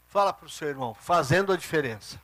Fala para o seu irmão, fazendo a diferença.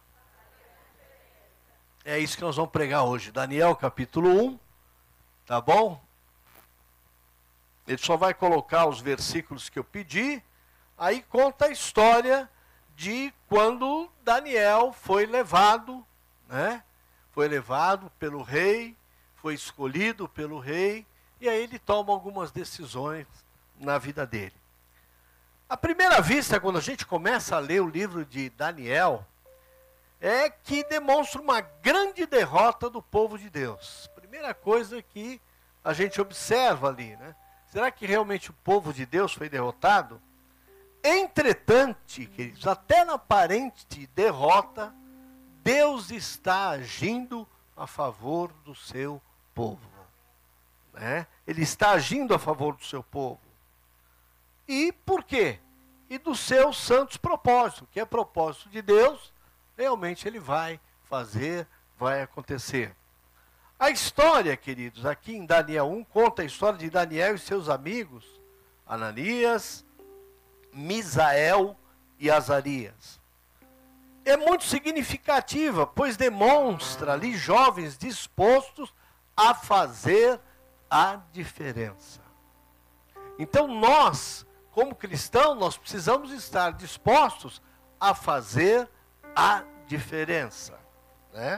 É isso que nós vamos pregar hoje. Daniel capítulo 1, tá bom? Ele só vai colocar os versículos que eu pedi, aí conta a história de quando Daniel foi levado, né? Foi levado pelo rei, foi escolhido pelo rei, e aí ele toma algumas decisões na vida dele. À primeira vista, quando a gente começa a ler o livro de Daniel, é que demonstra uma grande derrota do povo de Deus. Primeira coisa que a gente observa ali, né? Será que realmente o povo de Deus foi derrotado? Entretanto, queridos, até na aparente derrota, Deus está agindo a favor do seu povo. Né? Ele está agindo a favor do seu povo. E por quê? E dos seus santos propósitos, que é propósito de Deus, realmente ele vai fazer, vai acontecer. A história, queridos, aqui em Daniel 1, conta a história de Daniel e seus amigos, Ananias, Misael e Azarias. É muito significativa, pois demonstra ali jovens dispostos a fazer a diferença. Então nós, como cristãos, nós precisamos estar dispostos a fazer a diferença, né?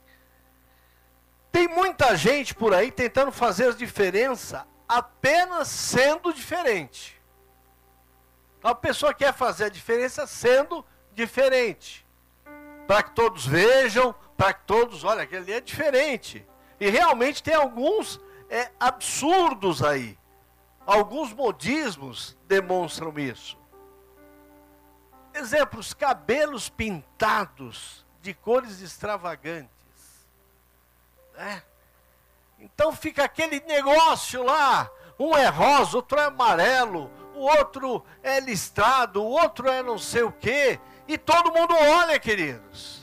Tem muita gente por aí tentando fazer diferença apenas sendo diferente. Então a pessoa quer fazer a diferença sendo diferente. Para que todos vejam, para que todos, olha, aquele é diferente. E realmente tem alguns absurdos aí. Alguns modismos demonstram isso. Exemplos, cabelos pintados de cores extravagantes. Né? Então fica aquele negócio lá, um é rosa, outro é amarelo, o outro é listrado, o outro é não sei o quê, e todo mundo olha, queridos.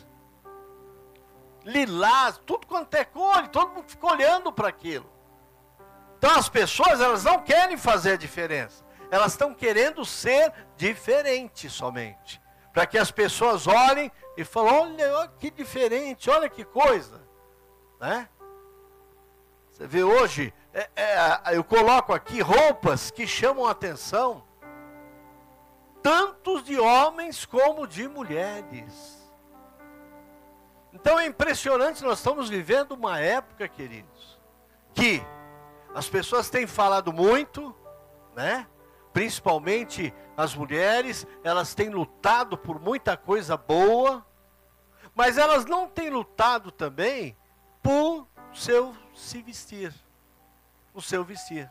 Lilás, tudo quanto é cor, todo mundo fica olhando para aquilo. Então as pessoas, elas não querem fazer a diferença. Elas estão querendo ser diferentes somente. Para que as pessoas olhem e falem, olha que diferente, olha que coisa. Né? Você vê hoje, eu coloco aqui roupas que chamam a atenção, tanto de homens como de mulheres. Então é impressionante, nós estamos vivendo uma época, queridos, que as pessoas têm falado muito, né? Principalmente as mulheres, elas têm lutado por muita coisa boa, mas elas não têm lutado também por seu se vestir, o seu vestir.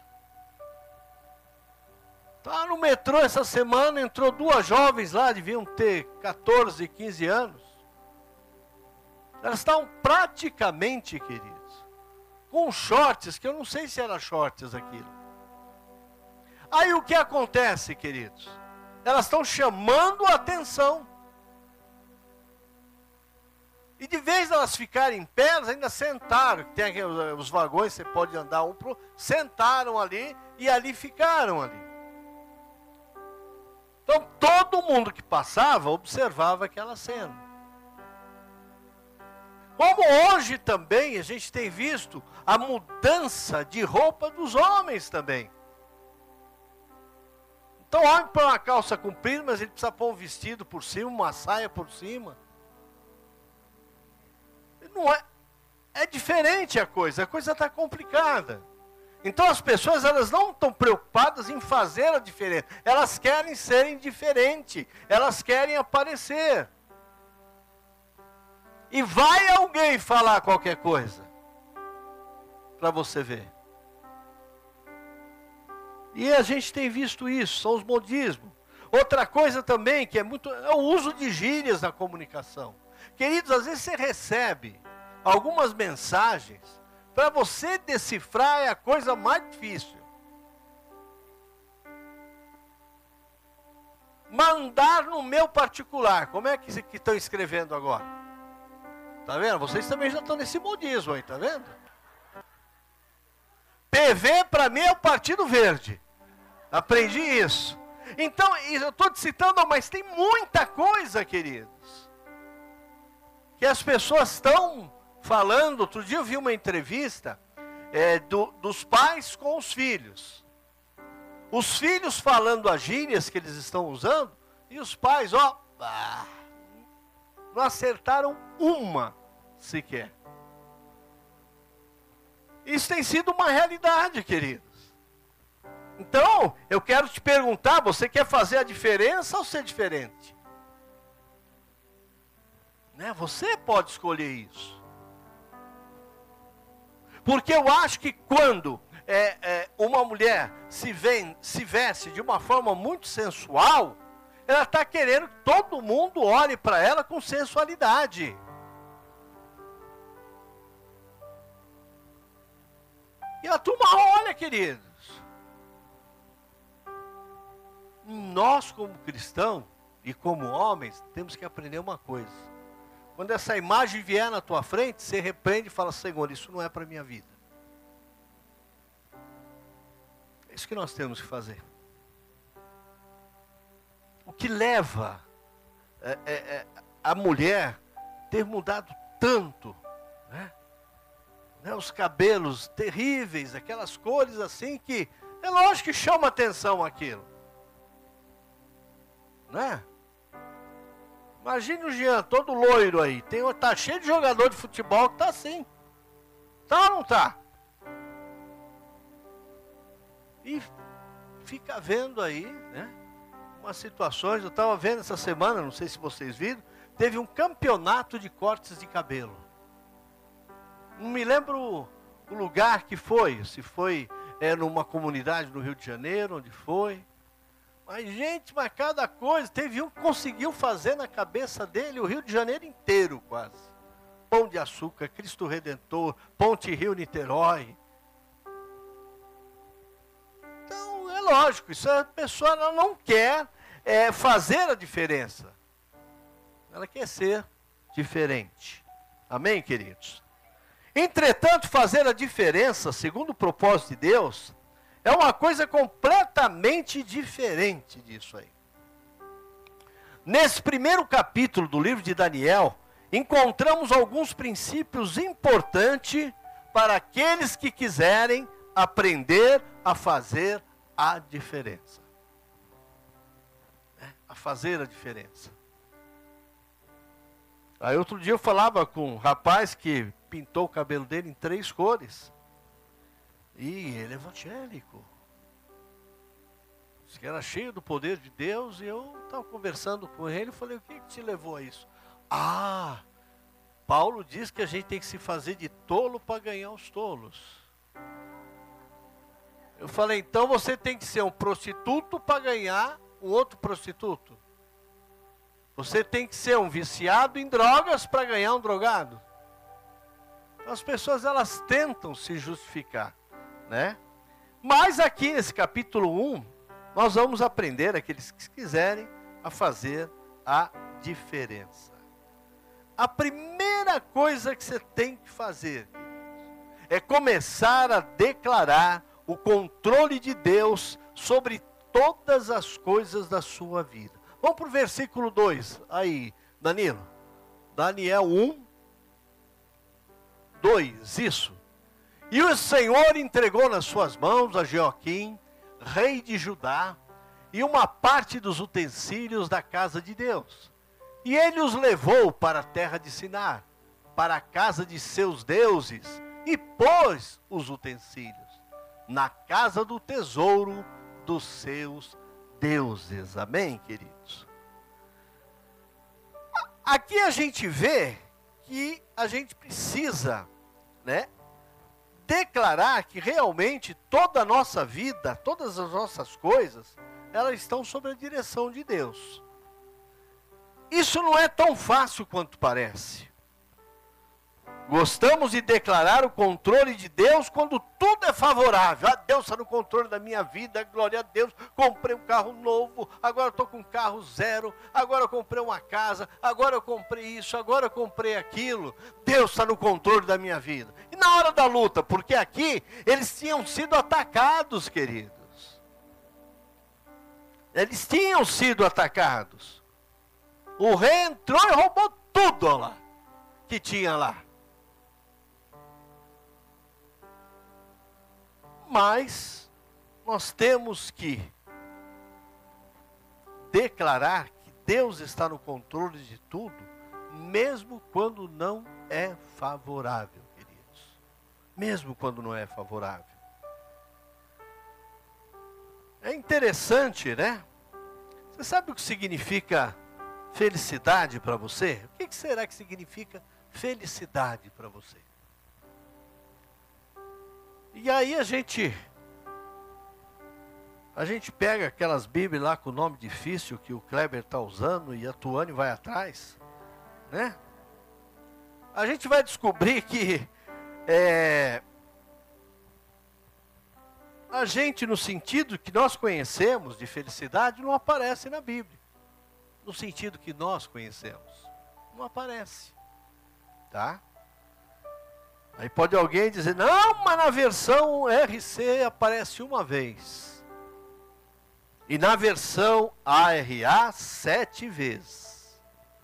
Tá no metrô essa semana, entrou duas jovens lá, deviam ter 14, 15 anos. Elas estavam praticamente, queridos, com shorts, que eu não sei se era shorts aquilo. Aí o que acontece, queridos? Elas estão chamando a atenção. E de vez elas ficarem em pé, elas ainda sentaram. Tem aqui os vagões, você pode andar um pro outro. Sentaram ali e ali ficaram ali. Então todo mundo que passava observava aquela cena. Como hoje também a gente tem visto a mudança de roupa dos homens também. Então o homem põe uma calça comprida, mas ele precisa pôr um vestido por cima, uma saia por cima. Não é diferente a coisa está complicada. Então as pessoas, elas não estão preocupadas em fazer a diferença, elas querem serem diferentes, elas querem aparecer. E vai alguém falar qualquer coisa, para você ver. E a gente tem visto isso, são os modismos. Outra coisa também que é o uso de gírias na comunicação. Queridos, às vezes você recebe algumas mensagens, para você decifrar é a coisa mais difícil. Mandar no meu particular, como é que estão escrevendo agora? Tá vendo? Vocês também já estão nesse modismo aí, tá vendo? PV para mim é o Partido Verde. Aprendi isso. Então, eu estou te citando, mas tem muita coisa, queridos, que as pessoas estão falando. Outro dia eu vi uma entrevista dos pais com os filhos. Os filhos falando as gírias que eles estão usando, e os pais, não acertaram uma sequer. Isso tem sido uma realidade, queridos. Então, eu quero te perguntar, você quer fazer a diferença ou ser diferente? Né? Você pode escolher isso. Porque eu acho que quando uma mulher se veste de uma forma muito sensual, ela está querendo que todo mundo olhe para ela com sensualidade. E a turma olha, queridos. Nós, como cristãos e como homens, temos que aprender uma coisa. Quando essa imagem vier na tua frente, você repreende e fala: Senhor, isso não é para a minha vida. É isso que nós temos que fazer. O que leva a mulher ter mudado tanto, né? Os cabelos terríveis, aquelas cores assim que, é lógico que chama atenção aquilo. Né? Imagine o Jean, todo loiro aí. Tá cheio de jogador de futebol que tá assim. Tá ou não tá? E fica vendo aí, né? Umas situações, eu estava vendo essa semana, não sei se vocês viram, teve um campeonato de cortes de cabelo. Não me lembro o lugar que foi, se foi numa comunidade no Rio de Janeiro, onde foi. Mas, gente, mas cada coisa, teve um que conseguiu fazer na cabeça dele o Rio de Janeiro inteiro, quase. Pão de Açúcar, Cristo Redentor, Ponte Rio-Niterói. Então, é lógico, isso a pessoa ela não quer fazer a diferença. Ela quer ser diferente. Amém, queridos? Entretanto, fazer a diferença, segundo o propósito de Deus, é uma coisa completamente diferente disso aí. Nesse primeiro capítulo do livro de Daniel, encontramos alguns princípios importantes para aqueles que quiserem aprender a fazer a diferença. A fazer a diferença. Aí outro dia eu falava com um rapaz que pintou o cabelo dele em 3 cores. E ele é evangélico. Diz que era cheio do poder de Deus. E eu estava conversando com ele e falei: o que te levou a isso? Paulo diz que a gente tem que se fazer de tolo para ganhar os tolos. Eu falei: então você tem que ser um prostituto para ganhar um outro prostituto. Você tem que ser um viciado em drogas para ganhar um drogado. Então, as pessoas elas tentam se justificar, né? Mas aqui nesse capítulo 1, nós vamos aprender, aqueles que quiserem, a fazer a diferença. A primeira coisa que você tem que fazer é começar a declarar o controle de Deus sobre todas as coisas da sua vida. Vamos para o versículo 2, aí, Danilo. Daniel 1, 2, isso. E o Senhor entregou nas suas mãos a Jeoaquim, rei de Judá, e uma parte dos utensílios da casa de Deus. E ele os levou para a terra de Sinar, para a casa de seus deuses, e pôs os utensílios na casa do tesouro dos seus deuses. Amém, queridos? Aqui a gente vê que a gente precisa, né, declarar que realmente toda a nossa vida, todas as nossas coisas, elas estão sob a direção de Deus. Isso não é tão fácil quanto parece. Gostamos de declarar o controle de Deus quando tudo é favorável. Deus está no controle da minha vida, glória a Deus. Comprei um carro novo, agora estou com um carro zero, agora eu comprei uma casa, agora eu comprei isso, agora eu comprei aquilo. Deus está no controle da minha vida. E na hora da luta, porque aqui eles tinham sido atacados, queridos. Eles tinham sido atacados. O rei entrou e roubou tudo lá que tinha lá. Mas nós temos que declarar que Deus está no controle de tudo, mesmo quando não é favorável, queridos. Mesmo quando não é favorável. É interessante, né? Você sabe o que significa felicidade para você? O que será que significa felicidade para você? E aí a gente pega aquelas bíblias lá com o nome difícil que o Kleber está usando e a Tuane vai atrás, né? A gente vai descobrir que a gente, no sentido que nós conhecemos de felicidade, não aparece na Bíblia. No sentido que nós conhecemos, não aparece, tá? Aí pode alguém dizer, não, mas na versão RC aparece uma vez. E na versão ARA, 7 vezes.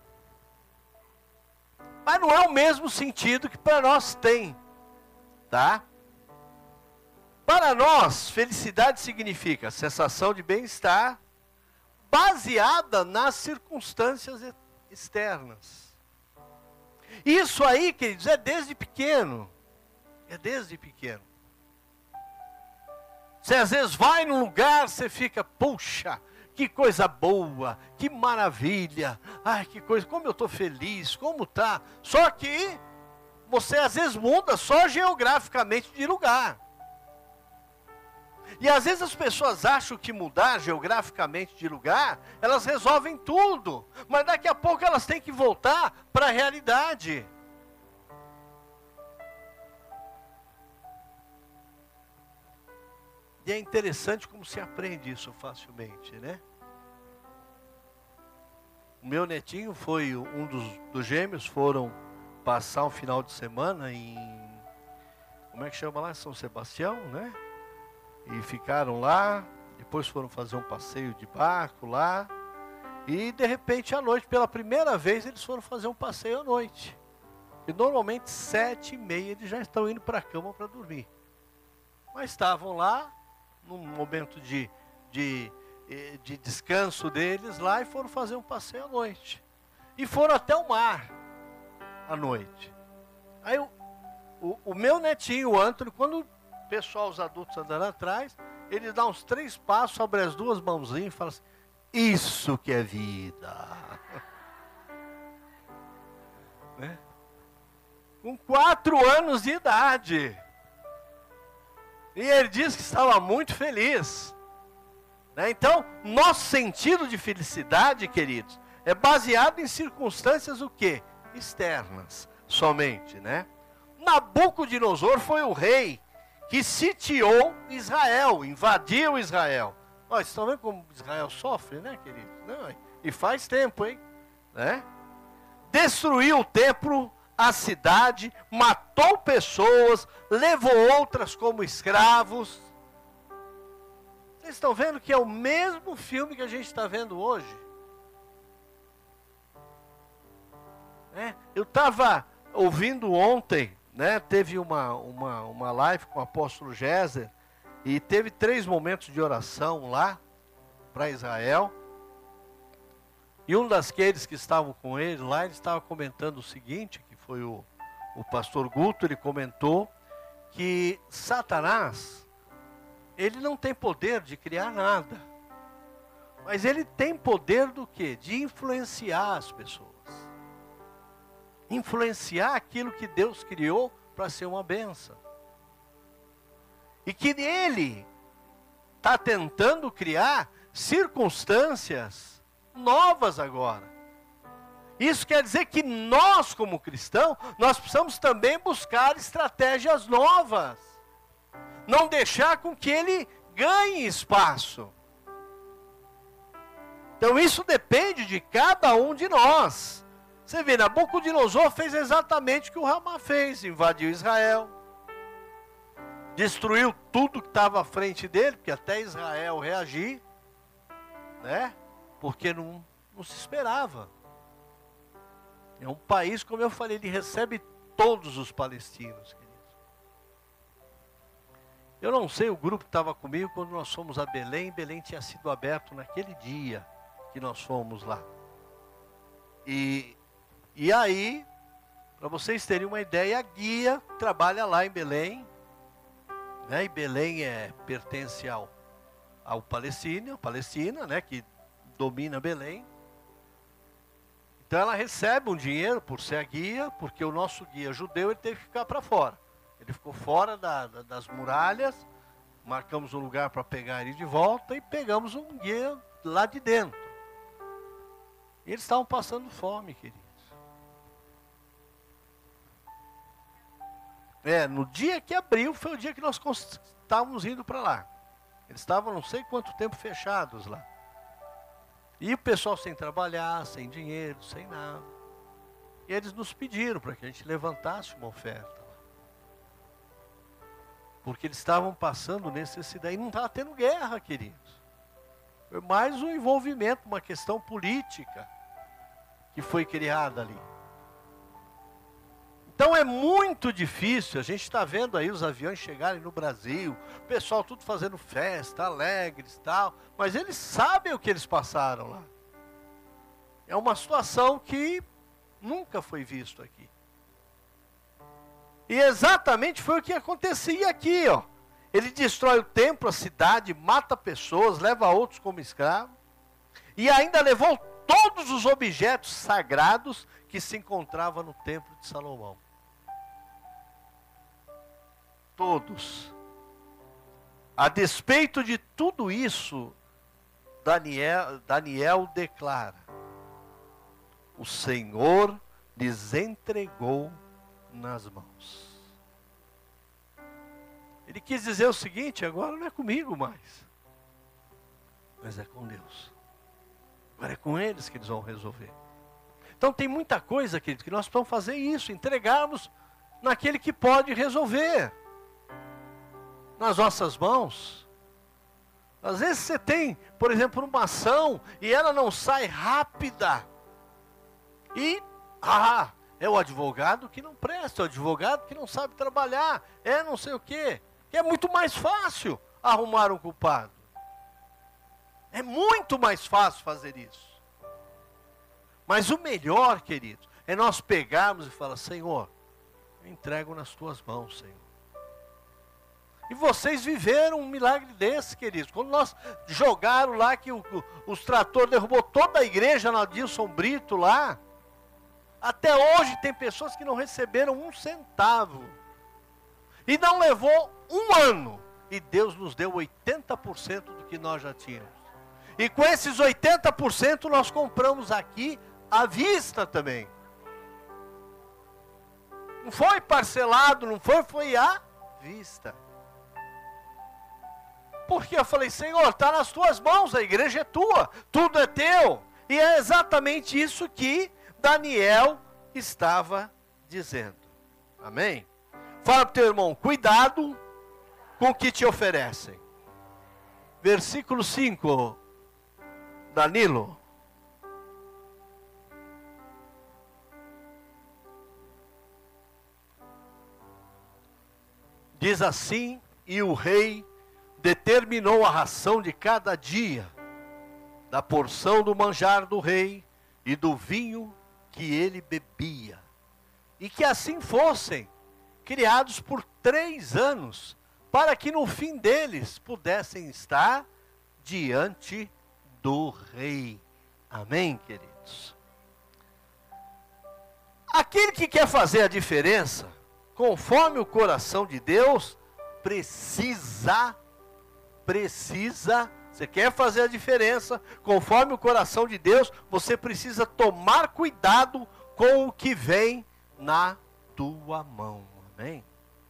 Mas não é o mesmo sentido que para nós tem, tá? Para nós, felicidade significa sensação de bem-estar, baseada nas circunstâncias externas. Isso aí, queridos, é desde pequeno. É desde pequeno. Você às vezes vai num lugar, você fica, puxa, que coisa boa, que maravilha. Ai, que coisa, como eu estou feliz, como tá. Só que você às vezes muda só geograficamente de lugar. E às vezes as pessoas acham que mudar geograficamente de lugar, elas resolvem tudo. Mas daqui a pouco elas têm que voltar para a realidade. E é interessante como se aprende isso facilmente, né? O meu netinho foi um dos gêmeos, foram passar um final de semana em, como é que chama lá? São Sebastião, né? E ficaram lá, depois foram fazer um passeio de barco lá. E de repente à noite, pela primeira vez, eles foram fazer um passeio à noite. E normalmente 7h30 eles já estão indo para a cama para dormir. Mas estavam lá, num momento de descanso deles lá, e foram fazer um passeio à noite. E foram até o mar à noite. Aí o meu netinho, o Antônio, quando o pessoal, os adultos andando atrás, ele dá uns 3 passos, abre as 2 mãozinhas e fala assim, isso que é vida. Né? Com 4 anos de idade. E ele disse que estava muito feliz. Né? Então, nosso sentido de felicidade, queridos, é baseado em circunstâncias o quê? Externas, somente, né? Nabucodonosor foi o rei que sitiou Israel, invadiu Israel. Ó, vocês estão vendo como Israel sofre, né, queridos? Não, e faz tempo, hein? Né? Destruiu o templo, a cidade, matou pessoas, levou outras como escravos. Vocês estão vendo que é o mesmo filme que a gente está vendo hoje? Eu estava ouvindo ontem, né, teve uma live com o apóstolo Géser, e teve 3 momentos de oração lá, para Israel. E um daqueles que estavam com ele lá, ele estava comentando o seguinte, que foi o pastor Guto, ele comentou que Satanás, ele não tem poder de criar nada. Mas ele tem poder do quê? De influenciar as pessoas. Influenciar aquilo que Deus criou para ser uma bênção. E que ele está tentando criar circunstâncias novas agora. Isso quer dizer que nós, como cristãos, nós precisamos também buscar estratégias novas. Não deixar com que ele ganhe espaço. Então isso depende de cada um de nós. Você vê, Nabucodonosor fez exatamente o que o Ramá fez, invadiu Israel. Destruiu tudo que estava à frente dele, porque até Israel reagir. né? Porque não se esperava. É um país, como eu falei, ele recebe todos os palestinos, queridos. Eu não sei, o grupo que estava comigo quando nós fomos a Belém. Belém tinha sido aberto naquele dia que nós fomos lá. E aí, para vocês terem uma ideia, a guia trabalha lá em Belém, né? E Belém pertence ao Palestina, né? Que domina Belém. Então ela recebe um dinheiro por ser a guia, porque o nosso guia judeu ele teve que ficar para fora. Ele ficou fora das muralhas, marcamos um lugar para pegar ele de volta e pegamos um guia lá de dentro. E eles estavam passando fome, queridos. No dia que abriu foi o dia que nós estávamos indo para lá. Eles estavam não sei quanto tempo fechados lá. E o pessoal sem trabalhar, sem dinheiro, sem nada. E eles nos pediram para que a gente levantasse uma oferta. Porque eles estavam passando necessidade. E não estava tendo guerra, queridos. Foi mais um envolvimento, uma questão política que foi criada ali. Então é muito difícil, a gente está vendo aí os aviões chegarem no Brasil, o pessoal tudo fazendo festa, alegres e tal, mas eles sabem o que eles passaram lá. É uma situação que nunca foi visto aqui. E exatamente foi o que acontecia aqui, ó. Ele destrói o templo, a cidade, mata pessoas, leva outros como escravos, e ainda levou todos os objetos sagrados que se encontravam no templo de Salomão. Todos. A despeito de tudo isso, Daniel declara: o Senhor lhes entregou nas mãos. Ele quis dizer o seguinte: agora não é comigo mais, mas é com Deus. Agora é com eles que eles vão resolver. Então tem muita coisa, querido, que nós precisamos fazer isso, entregarmos naquele que pode resolver, nas nossas mãos. Às vezes você tem, por exemplo, uma ação e ela não sai rápida. E, é o advogado que não presta, é o advogado que não sabe trabalhar, não sei o quê. É muito mais fácil arrumar um culpado. É muito mais fácil fazer isso. Mas o melhor, querido, é nós pegarmos e falar: Senhor, eu entrego nas tuas mãos, Senhor. E vocês viveram um milagre desse, queridos. Quando nós jogaram lá que os tratores derrubou toda a igreja na Dilson Brito lá, até hoje tem pessoas que não receberam um centavo. E não levou um ano. E Deus nos deu 80% do que nós já tínhamos. E com esses 80% nós compramos aqui à vista também. Não foi parcelado, não foi à vista. Porque eu falei: Senhor, está nas tuas mãos, a igreja é tua, tudo é teu. E é exatamente isso que Daniel estava dizendo. Amém? Fala para o teu irmão: cuidado com o que te oferecem. Versículo 5, Danilo. Diz assim: e o rei determinou a ração de cada dia, da porção do manjar do rei e do vinho que ele bebia, e que assim fossem criados por 3 anos, para que no fim deles pudessem estar diante do rei. Amém, queridos? Aquele que quer fazer a diferença, conforme o coração de Deus, precisa, você quer fazer a diferença, conforme o coração de Deus, você precisa tomar cuidado com o que vem na tua mão. Amém?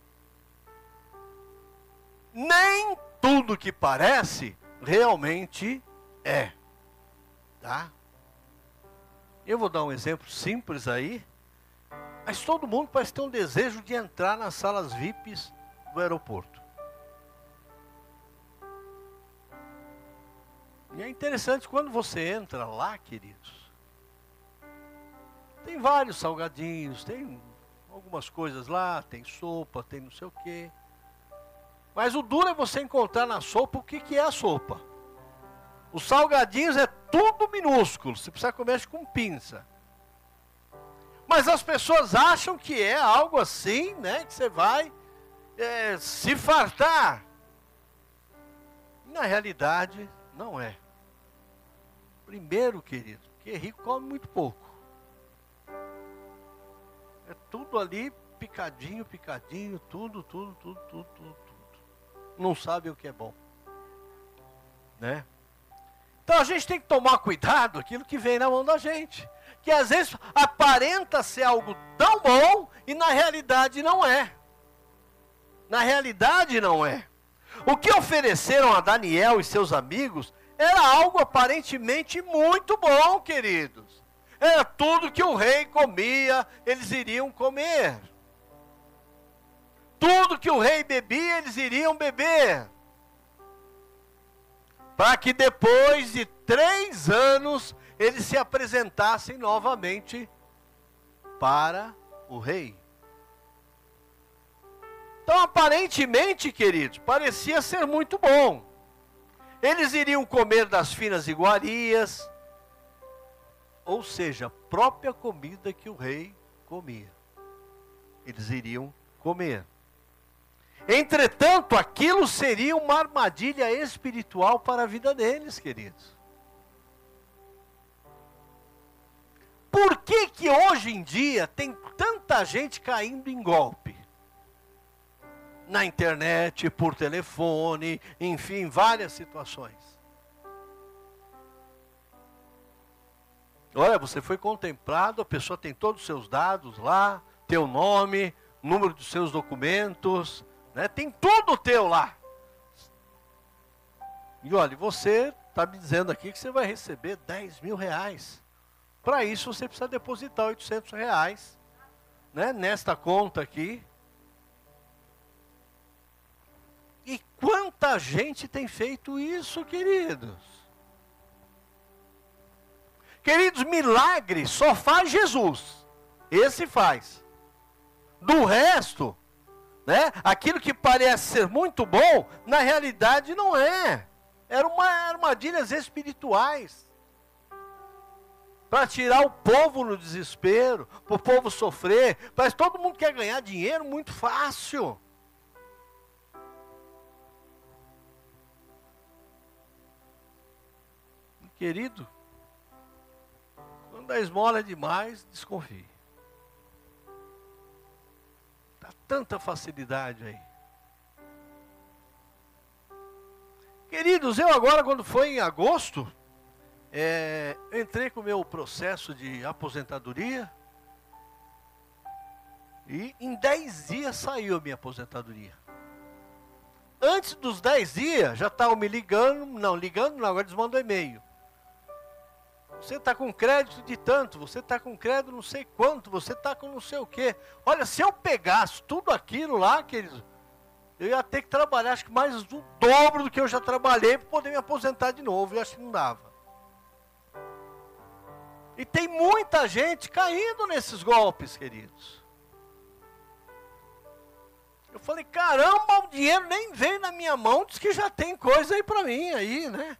Nem tudo que parece, realmente é. Tá? Eu vou dar um exemplo simples aí, mas todo mundo parece ter um desejo de entrar nas salas VIPs do aeroporto. E é interessante, quando você entra lá, queridos, tem vários salgadinhos, tem algumas coisas lá, tem sopa, tem não sei o quê. Mas o duro é você encontrar na sopa o que é a sopa. Os salgadinhos é tudo minúsculo, você precisa comer com pinça. Mas as pessoas acham que é algo assim, né, que você vai se fartar. Na realidade, não é. Primeiro, querido, porque rico come muito pouco. É tudo ali picadinho, picadinho, tudo. Não sabe o que é bom, né? Então a gente tem que tomar cuidado aquilo que vem na mão da gente, que às vezes aparenta ser algo tão bom e na realidade não é. Na realidade não é. O que ofereceram a Daniel e seus amigos era algo aparentemente muito bom, queridos. Era tudo que o rei comia, eles iriam comer. Tudo que o rei bebia, eles iriam beber. Para que depois de 3 anos, eles se apresentassem novamente para o rei. Então, aparentemente, queridos, parecia ser muito bom. Eles iriam comer das finas iguarias, ou seja, a própria comida que o rei comia. Eles iriam comer. Entretanto, aquilo seria uma armadilha espiritual para a vida deles, queridos. Por que que hoje em dia tem tanta gente caindo em golpe? Na internet, por telefone, enfim, várias situações. Olha, você foi contemplado, a pessoa tem todos os seus dados lá, teu nome, número dos seus documentos, né? Tem tudo teu lá. E olha, você está me dizendo aqui que você vai receber 10 mil reais. Para isso você precisa depositar 800 reais, né? Nesta conta aqui. E quanta gente tem feito isso, queridos? Queridos, milagre só faz Jesus. Esse faz. Do resto, né, aquilo que parece ser muito bom, na realidade não é. Eram armadilhas espirituais. Para tirar o povo no desespero, para o povo sofrer. Mas todo mundo quer ganhar dinheiro muito fácil. Querido, quando a esmola é demais, desconfie. Dá tanta facilidade aí. Queridos, eu agora, quando foi em agosto, entrei com o meu processo de aposentadoria. E em 10 dias saiu a minha aposentadoria. Antes dos 10 dias, já estavam me ligando. Não, agora eles mandam e-mail. Você está com crédito de tanto, você está com crédito não sei quanto, você está com não sei o quê. Olha, se eu pegasse tudo aquilo lá, querido, eu ia ter que trabalhar, acho que mais o dobro do que eu já trabalhei para poder me aposentar de novo, e acho que não dava. E tem muita gente caindo nesses golpes, queridos. Eu falei, caramba, o dinheiro nem veio na minha mão, diz que já tem coisa aí para mim, aí, né?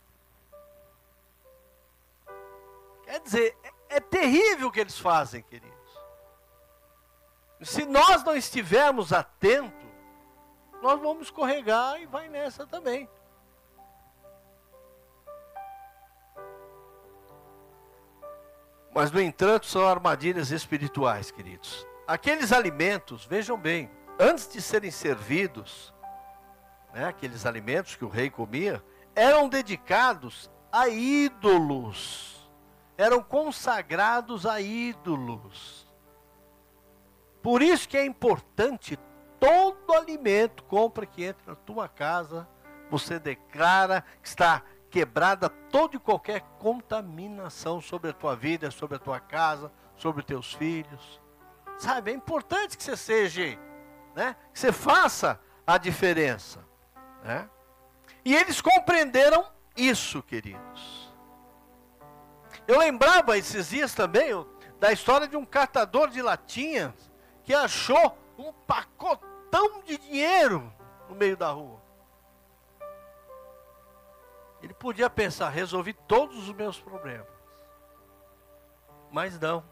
Quer dizer, é terrível o que eles fazem, queridos. Se nós não estivermos atentos, nós vamos escorregar e vai nessa também. Mas, no entanto, são armadilhas espirituais, queridos. Aqueles alimentos, vejam bem, antes de serem servidos, né, aqueles alimentos que o rei comia, eram dedicados a ídolos. Eram consagrados a ídolos. Por isso que é importante, todo alimento, compra que entra na tua casa, você declara que está quebrada toda e qualquer contaminação sobre a tua vida, sobre a tua casa, sobre os teus filhos. Sabe, é importante que você seja, né, que você faça a diferença, né? E eles compreenderam isso, queridos. Eu lembrava esses dias também da história de um catador de latinhas que achou um pacotão de dinheiro no meio da rua. Ele podia pensar, resolvi todos os meus problemas. Mas não.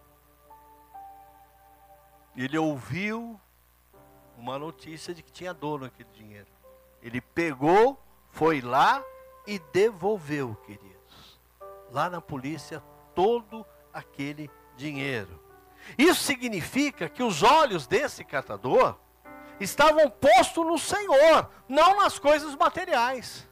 Ele ouviu uma notícia de que tinha dono aquele dinheiro. Ele pegou, foi lá e devolveu, queridos, lá na polícia, todo aquele dinheiro. Isso significa que os olhos desse catador estavam postos no Senhor, não nas coisas materiais.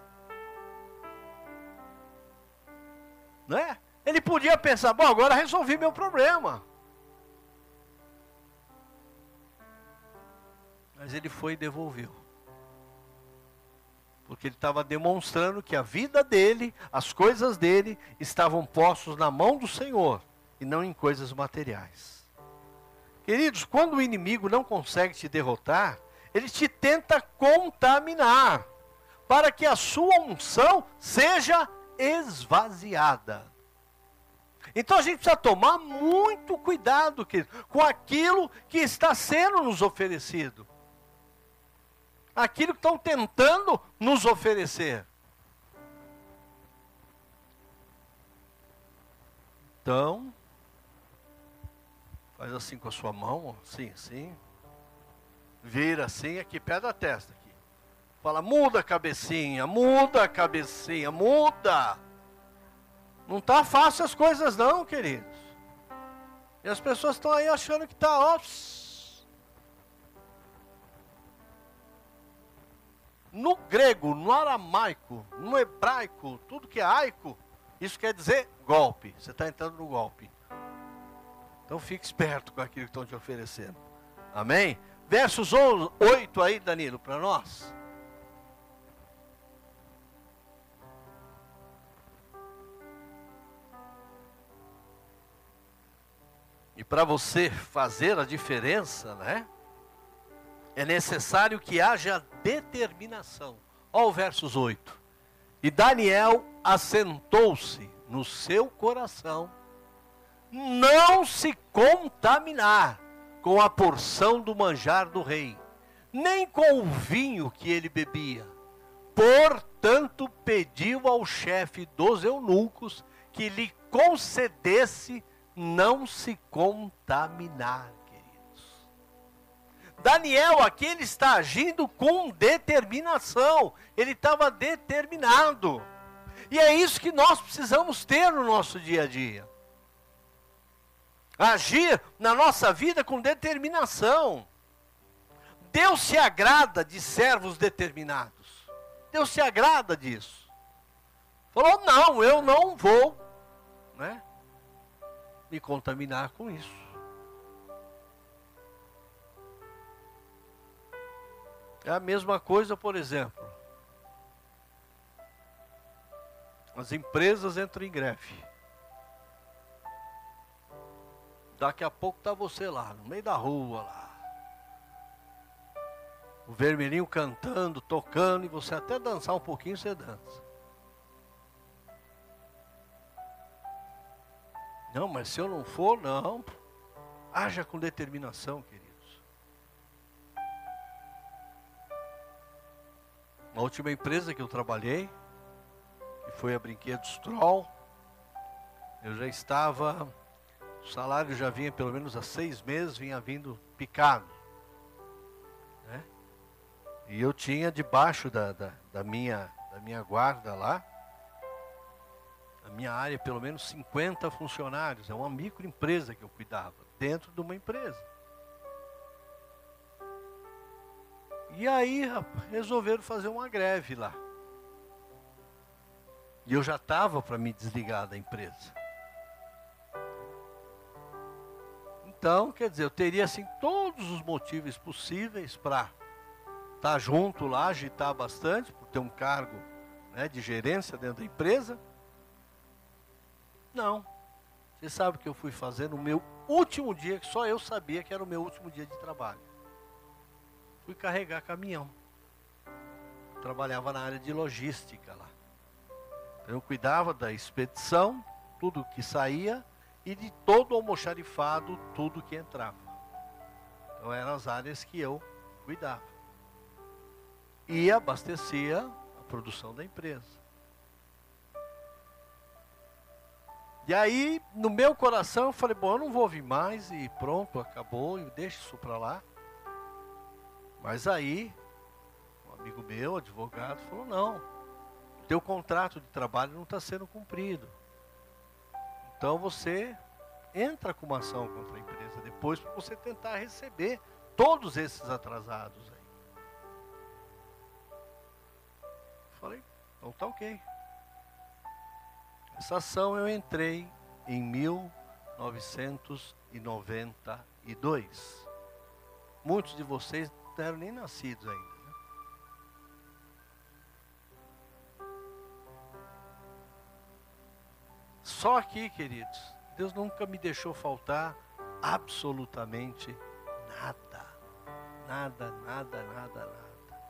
Né? Ele podia pensar, bom, agora resolvi meu problema. Mas ele foi e devolveu. Porque ele estava demonstrando que a vida dele, as coisas dele, estavam postos na mão do Senhor e não em coisas materiais. Queridos, quando o inimigo não consegue te derrotar, ele te tenta contaminar, para que a sua unção seja esvaziada. Então a gente precisa tomar muito cuidado, querido, com aquilo que está sendo nos oferecido. Aquilo que estão tentando nos oferecer. Então, faz assim com a sua mão, assim, assim. Vira assim, aqui perto da testa. Aqui. Fala, muda a cabecinha, muda a cabecinha, muda. Não está fácil as coisas não, queridos. E as pessoas estão aí achando que está, ó. No grego, no aramaico, no hebraico, tudo que é aico, isso quer dizer golpe. Você está entrando no golpe. Então fique esperto com aquilo que estão te oferecendo. Amém? Versos 8 aí, Danilo, para nós. E para você fazer a diferença, né? É necessário que haja determinação. Olha o versos 8. E Daniel assentou-se no seu coração, não se contaminar com a porção do manjar do rei, nem com o vinho que ele bebia. Portanto, pediu ao chefe dos eunucos que lhe concedesse não se contaminar. Daniel aqui, ele está agindo com determinação. Ele estava determinado. E é isso que nós precisamos ter no nosso dia a dia. Agir na nossa vida com determinação. Deus se agrada de servos determinados. Deus se agrada disso. Falou, não, eu não vou, né, me contaminar com isso. É a mesma coisa, por exemplo, as empresas entram em greve. Daqui a pouco está você lá, no meio da rua lá. O vermelhinho cantando, tocando, e você até dançar um pouquinho, você dança. Não, mas se eu não for, não. Haja com determinação, queridos. A última empresa que eu trabalhei, que foi a Brinquedos Troll, eu já estava, o salário já vinha pelo menos há 6 meses, vinha vindo picado. Né? E eu tinha debaixo da minha guarda lá, na minha área, pelo menos 50 funcionários. É uma microempresa que eu cuidava, dentro de uma empresa. E aí, rapaz, resolveram fazer uma greve lá. E eu já estava para me desligar da empresa. Então, quer dizer, eu teria assim todos os motivos possíveis para estar junto lá, agitar bastante, por ter um cargo, né, de gerência dentro da empresa. Não. Você sabe o que eu fui fazer no meu último dia, que só eu sabia que era o meu último dia de trabalho. Fui carregar caminhão. Trabalhava na área de logística lá. Eu cuidava da expedição, tudo que saía, e de todo o almoxarifado, tudo que entrava. Então eram as áreas que eu cuidava. E abastecia a produção da empresa. E aí, no meu coração, eu falei, bom, eu não vou vir mais, e pronto, acabou, e deixa isso para lá. Mas aí, um amigo meu, advogado, falou, não, teu contrato de trabalho não está sendo cumprido. Então você entra com uma ação contra a empresa depois, para você tentar receber todos esses atrasados aí. Falei, então tá ok. Essa ação eu entrei em 1992. Muitos de vocês não eram nem nascidos ainda, né? Só que, queridos, Deus nunca me deixou faltar absolutamente nada. Nada, nada, nada, nada.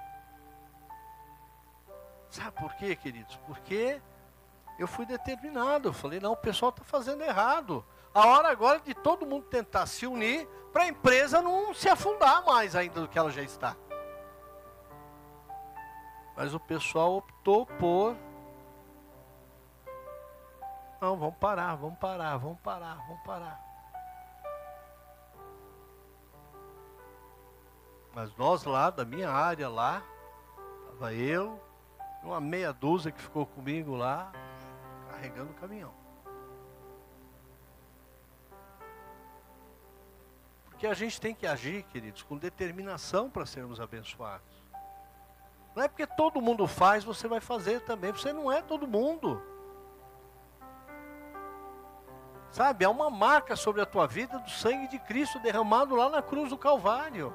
Sabe por quê, queridos? Porque eu fui determinado, eu falei, não, o pessoal está fazendo errado. A hora agora de todo mundo tentar se unir para a empresa não se afundar mais ainda do que ela já está. Mas o pessoal optou por, não, vamos parar, vamos parar, vamos parar, vamos parar. Mas nós lá, da minha área lá, estava eu, uma meia dúzia que ficou comigo lá, carregando o caminhão. Porque a gente tem que agir, queridos, com determinação para sermos abençoados. Não é porque todo mundo faz, você vai fazer também. Você não é todo mundo. Sabe, há uma marca sobre a tua vida do sangue de Cristo derramado lá na cruz do Calvário.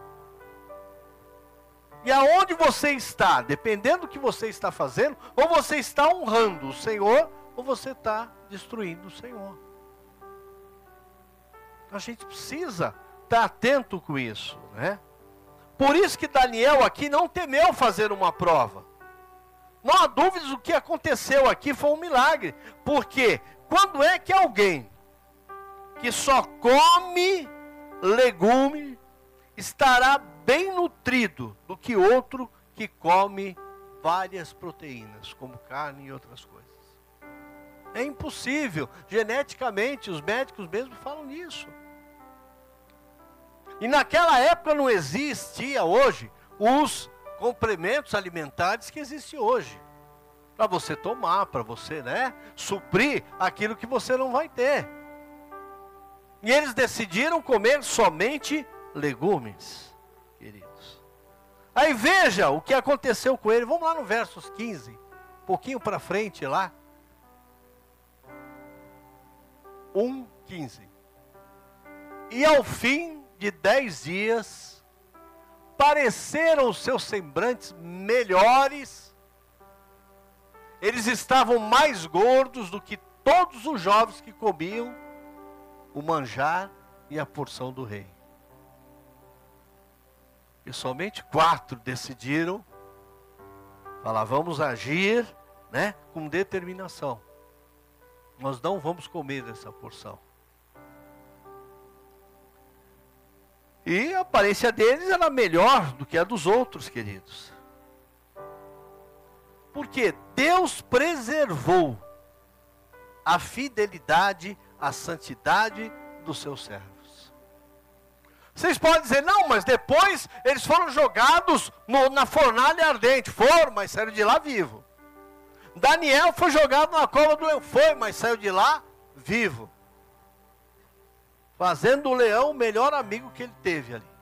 E aonde você está, dependendo do que você está fazendo, ou você está honrando o Senhor, ou você está destruindo o Senhor. A gente precisa estar atento com isso, né? Por isso que Daniel aqui não temeu fazer uma prova. Não há dúvidas, o que aconteceu aqui foi um milagre. Porque quando é que alguém que só come legume estará bem nutrido do que outro que come várias proteínas, como carne e outras coisas? É impossível. Geneticamente, os médicos mesmo falam nisso. E naquela época não existia hoje os complementos alimentares que existem hoje. Para você tomar, para você, né, suprir aquilo que você não vai ter. E eles decidiram comer somente legumes, queridos. Aí veja o que aconteceu com ele. Vamos lá no versos 15, um pouquinho para frente lá. 1:15. E ao fim de 10 dias, pareceram os seus semblantes melhores. Eles estavam mais gordos do que todos os jovens que comiam o manjar e a porção do rei. E somente 4 decidiram falar, vamos agir, né, com determinação. Nós não vamos comer essa porção. E a aparência deles era melhor do que a dos outros, queridos. Porque Deus preservou a fidelidade, a santidade dos seus servos. Vocês podem dizer, não, mas depois eles foram jogados na fornalha ardente. Foram, mas saíram de lá vivo. Daniel foi jogado na cova do leão. Foi, mas saiu de lá vivo. Fazendo o leão o melhor amigo que ele teve ali.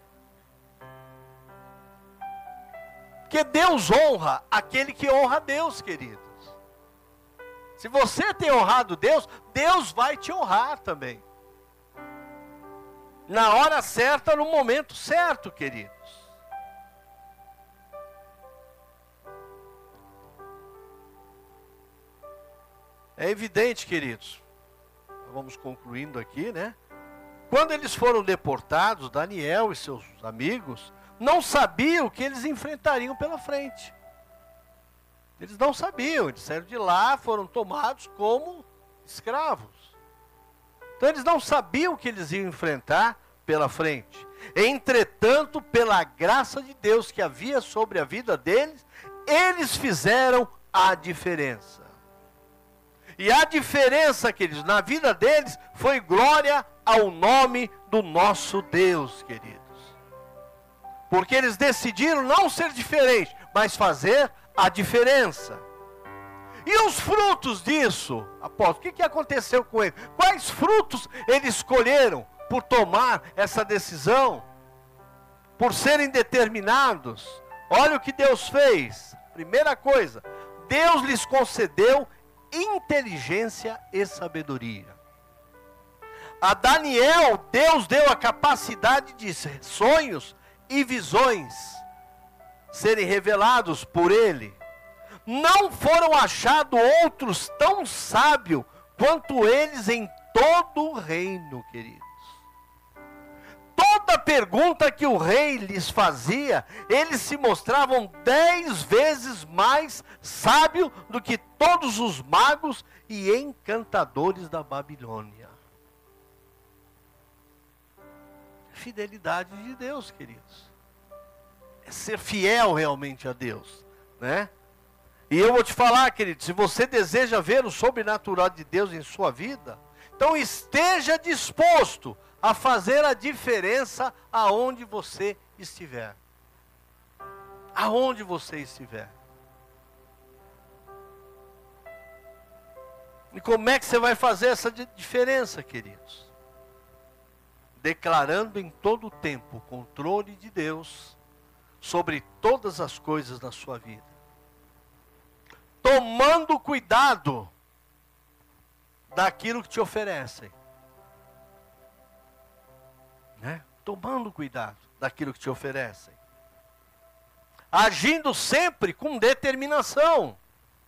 Porque Deus honra aquele que honra a Deus, queridos. Se você tem honrado Deus, Deus vai te honrar também. Na hora certa, no momento certo, queridos. É evidente, queridos. Vamos concluindo aqui, né? Quando eles foram deportados, Daniel e seus amigos não sabiam o que eles enfrentariam pela frente. Eles não sabiam, eles saíram de lá, foram tomados como escravos. Então eles não sabiam o que eles iam enfrentar pela frente. Entretanto, pela graça de Deus que havia sobre a vida deles, eles fizeram a diferença. E a diferença, queridos, na vida deles foi glória ao nome do nosso Deus, queridos. Porque eles decidiram não ser diferentes, mas fazer a diferença. E os frutos disso, apóstolo, o que aconteceu com eles? Quais frutos eles escolheram por tomar essa decisão? Por serem determinados? Olha o que Deus fez. Primeira coisa, Deus lhes concedeu inteligência e sabedoria. A Daniel, Deus deu a capacidade de sonhos e visões serem revelados por ele. Não foram achados outros tão sábios quanto eles em todo o reino, queridos. Toda pergunta que o rei lhes fazia, eles se mostravam 10 vezes mais sábios do que todos os magos e encantadores da Babilônia. Fidelidade de Deus, queridos. É ser fiel realmente a Deus, né? E eu vou te falar, querido, se você deseja ver o sobrenatural de Deus em sua vida, então esteja disposto a fazer a diferença aonde você estiver. Aonde você estiver. E como é que você vai fazer essa diferença, queridos? Declarando em todo o tempo o controle de Deus sobre todas as coisas da sua vida. Tomando cuidado daquilo que te oferecem. Né? Tomando cuidado daquilo que te oferecem. Agindo sempre com determinação.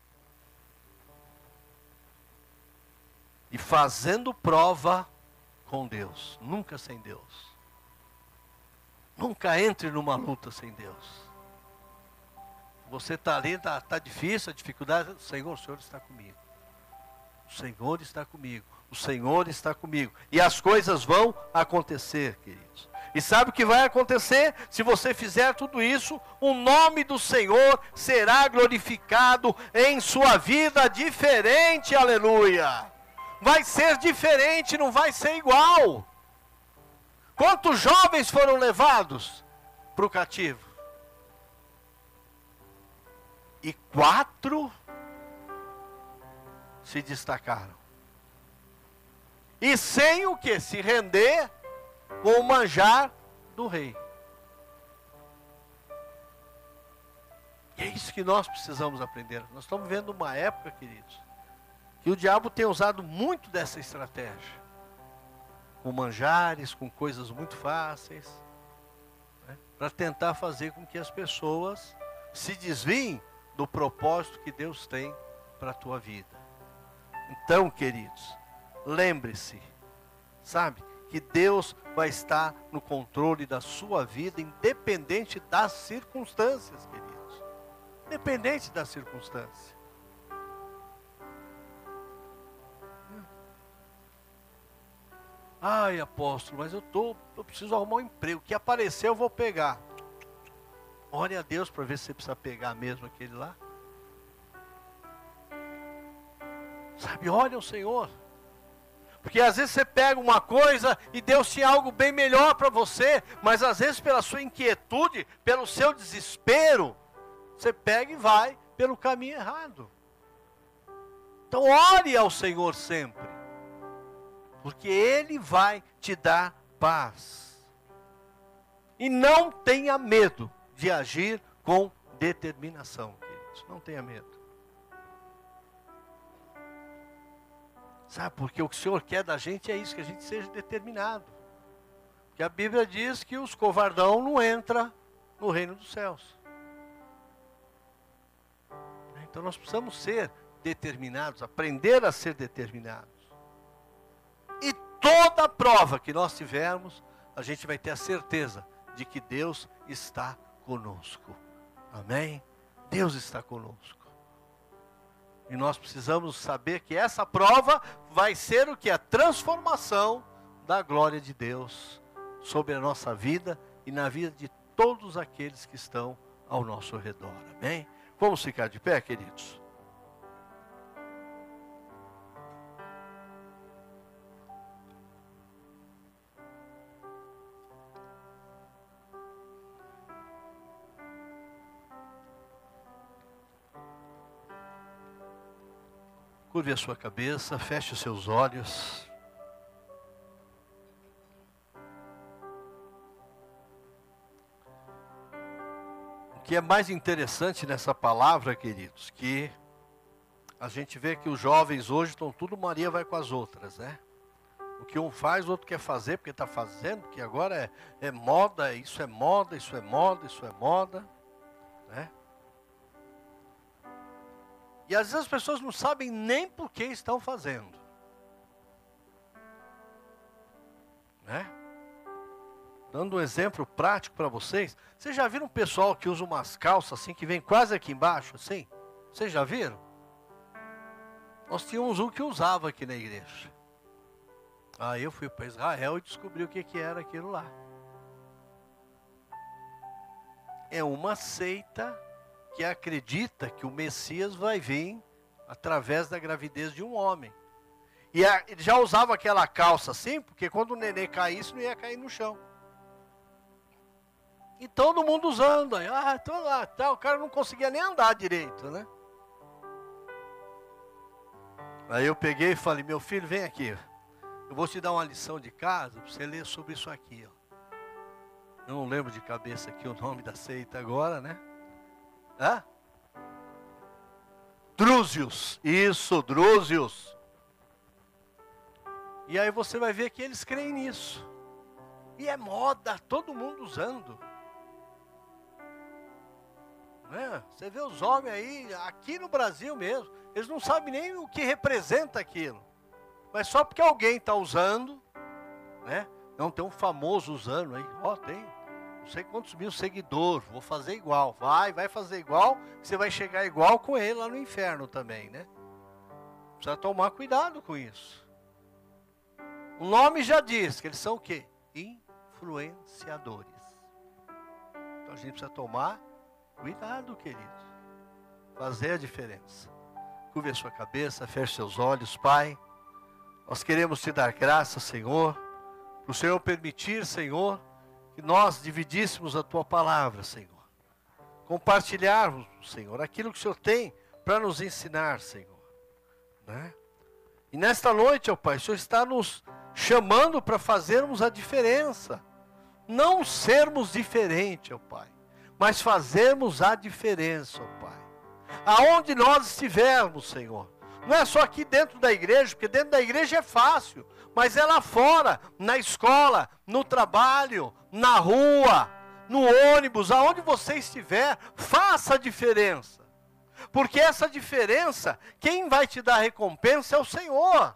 E fazendo prova com Deus. Nunca sem Deus. Nunca entre numa luta sem Deus. Você está ali, está difícil, a dificuldade. Senhor, o Senhor está comigo. O Senhor está comigo. O Senhor está comigo. E as coisas vão acontecer, queridos. E sabe o que vai acontecer? Se você fizer tudo isso, o nome do Senhor será glorificado em sua vida diferente, aleluia. Vai ser diferente, não vai ser igual. Quantos jovens foram levados para o cativo? E 4 se destacaram. E sem o que? Se render com o manjar do rei. E é isso que nós precisamos aprender. Nós estamos vendo uma época, queridos, que o diabo tem usado muito dessa estratégia. Com manjares, com coisas muito fáceis. Né, para tentar fazer com que as pessoas se desviem do propósito que Deus tem para a tua vida. Então, queridos, lembre-se, sabe, que Deus vai estar no controle da sua vida, independente das circunstâncias, queridos. Independente da circunstância. Ai, apóstolo, mas eu preciso arrumar um emprego. O que aparecer eu vou pegar. Ore a Deus para ver se você precisa pegar mesmo aquele lá. Sabe, ore ao Senhor. Porque às vezes você pega uma coisa e Deus tinha algo bem melhor para você, mas às vezes pela sua inquietude, pelo seu desespero, você pega e vai pelo caminho errado. Então ore ao Senhor sempre, porque Ele vai te dar paz. E não tenha medo de agir com determinação, queridos. Não tenha medo. Sabe, porque o que o Senhor quer da gente é isso, que a gente seja determinado. Porque a Bíblia diz que os covardão não entram no reino dos céus. Então nós precisamos ser determinados, aprender a ser determinados. E toda prova que nós tivermos, a gente vai ter a certeza de que Deus está conosco. Amém? Deus está conosco. E nós precisamos saber que essa prova vai ser o que? A transformação da glória de Deus sobre a nossa vida e na vida de todos aqueles que estão ao nosso redor. Amém? Vamos ficar de pé, queridos? Curve a sua cabeça, feche os seus olhos. O que é mais interessante nessa palavra, queridos, que a gente vê que os jovens hoje estão tudo Maria vai com as outras, né? O que um faz, o outro quer fazer porque está fazendo, porque agora é moda, isso é moda, isso é moda, isso é moda, né? E às vezes as pessoas não sabem nem por que estão fazendo. Né? Dando um exemplo prático para vocês. Vocês já viram um pessoal que usa umas calças assim, que vem quase aqui embaixo, assim? Vocês já viram? Nós tínhamos um que usava aqui na igreja. Aí eu fui para Israel e descobri o que era aquilo lá. É uma seita que acredita que o Messias vai vir através da gravidez de um homem. E ele já usava aquela calça assim, porque quando o neném caísse, não ia cair no chão. E todo mundo usando. Aí, então lá, tá, o cara não conseguia nem andar direito, né? Aí eu peguei e falei, meu filho, vem aqui. Eu vou te dar uma lição de casa, para você ler sobre isso aqui. Ó. Eu não lembro de cabeça aqui o nome da seita agora, né? Hã? Drúzios, isso, Drúzios. E aí você vai ver que eles creem nisso. E é moda, todo mundo usando. Né? Você vê os homens aí, aqui no Brasil mesmo, eles não sabem nem o que representa aquilo. Mas só porque alguém está usando, né? Não, tem um famoso usando aí, ó, tem não sei quantos mil seguidores, vou fazer igual. Vai fazer igual, você vai chegar igual com ele lá no inferno também, né? Precisa tomar cuidado com isso. O nome já diz que eles são o quê? Influenciadores. Então a gente precisa tomar cuidado, queridos. Fazer a diferença. Curve a sua cabeça, feche seus olhos, Pai. Nós queremos te dar graça, Senhor, para o Senhor permitir, Senhor, que nós dividíssemos a Tua palavra, Senhor. Compartilharmos, Senhor, aquilo que o Senhor tem para nos ensinar, Senhor. Né? E nesta noite, ó Pai, o Senhor está nos chamando para fazermos a diferença. Não sermos diferentes, ó Pai, mas fazermos a diferença, ó Pai. Aonde nós estivermos, Senhor. Não é só aqui dentro da igreja, porque dentro da igreja é fácil, mas é lá fora, na escola, no trabalho, na rua, no ônibus, aonde você estiver, faça a diferença. Porque essa diferença, quem vai te dar a recompensa é o Senhor,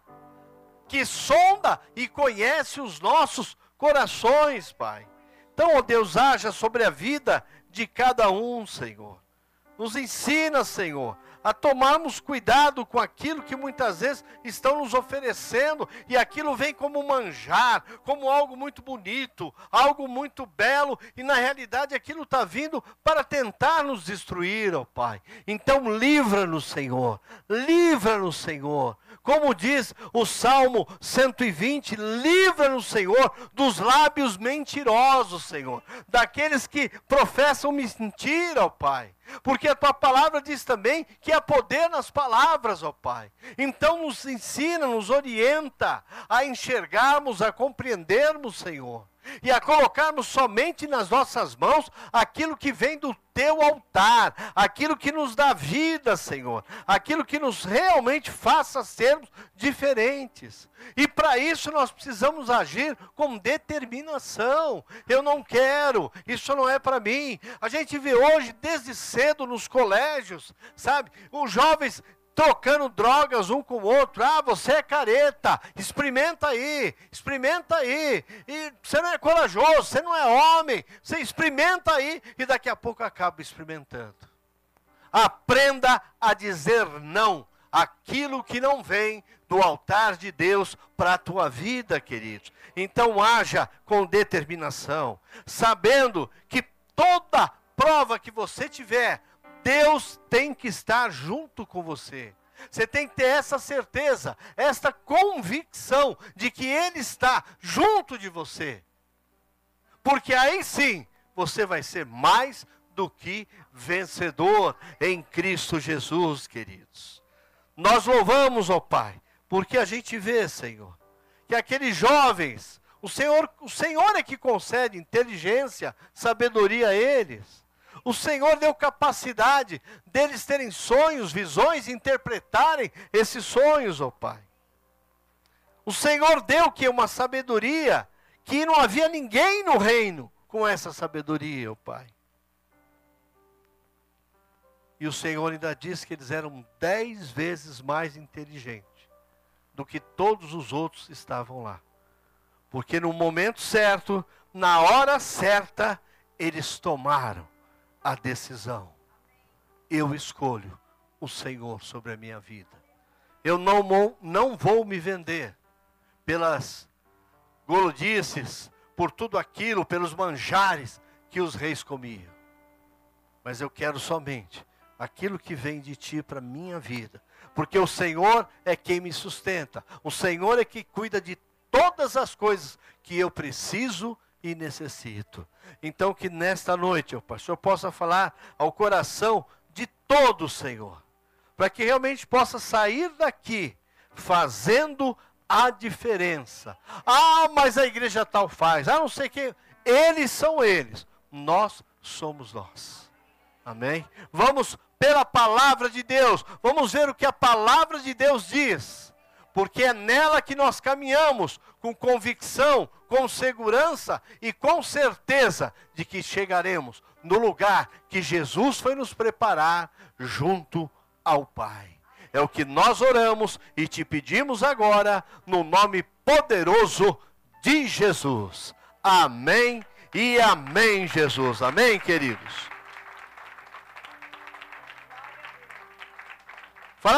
que sonda e conhece os nossos corações, Pai. Então, ó Deus, haja sobre a vida de cada um, Senhor. Nos ensina, Senhor, a tomarmos cuidado com aquilo que muitas vezes estão nos oferecendo, e aquilo vem como manjar, como algo muito bonito, algo muito belo, e na realidade aquilo está vindo para tentar nos destruir, ó Pai. Então livra-nos, Senhor, livra-nos, Senhor. Como diz o Salmo 120, livra-nos, Senhor, dos lábios mentirosos, Senhor, daqueles que professam mentira, ó Pai. Porque a Tua palavra diz também que há poder nas palavras, ó Pai. Então nos ensina, nos orienta a enxergarmos, a compreendermos, Senhor. E a colocarmos somente nas nossas mãos aquilo que vem do Teu altar, aquilo que nos dá vida, Senhor, aquilo que nos realmente faça sermos diferentes. E para isso nós precisamos agir com determinação. Eu não quero, isso não é para mim. A gente vê hoje, desde cedo nos colégios, sabe, os jovens trocando drogas um com o outro. Você é careta, experimenta aí, e você não é corajoso, você não é homem, você experimenta aí, e daqui a pouco acaba experimentando. Aprenda a dizer não aquilo que não vem do altar de Deus para a tua vida, queridos. Então haja com determinação, sabendo que toda prova que você tiver, Deus tem que estar junto com você. Você tem que ter essa certeza, esta convicção de que Ele está junto de você. Porque aí sim, você vai ser mais do que vencedor em Cristo Jesus, queridos. Nós louvamos, ó Pai, porque a gente vê, Senhor, que aqueles jovens, o Senhor é que concede inteligência, sabedoria a eles. O Senhor deu capacidade deles terem sonhos, visões, interpretarem esses sonhos, ó Pai. O Senhor deu que uma sabedoria que não havia ninguém no reino com essa sabedoria, ó Pai. E o Senhor ainda diz que eles eram 10 vezes mais inteligentes do que todos os outros estavam lá. Porque no momento certo, na hora certa, eles tomaram a decisão. Eu escolho o Senhor sobre a minha vida. Eu não vou me vender pelas gulodices, por tudo aquilo, pelos manjares que os reis comiam. Mas eu quero somente aquilo que vem de ti para a minha vida. Porque o Senhor é quem me sustenta. O Senhor é que cuida de todas as coisas que eu preciso e necessito. Então que nesta noite, ó Pai, o Senhor possa falar ao coração de todo o Senhor. Para que realmente possa sair daqui fazendo a diferença. Ah, mas a igreja tal faz. Ah, não sei quem. Eles são eles. Nós somos nós. Amém? Vamos pela palavra de Deus. Vamos ver o que a palavra de Deus diz. Porque é nela que nós caminhamos com convicção, com segurança e com certeza de que chegaremos no lugar que Jesus foi nos preparar junto ao Pai. É o que nós oramos e te pedimos agora no nome poderoso de Jesus. Amém e amém, Jesus. Amém, queridos.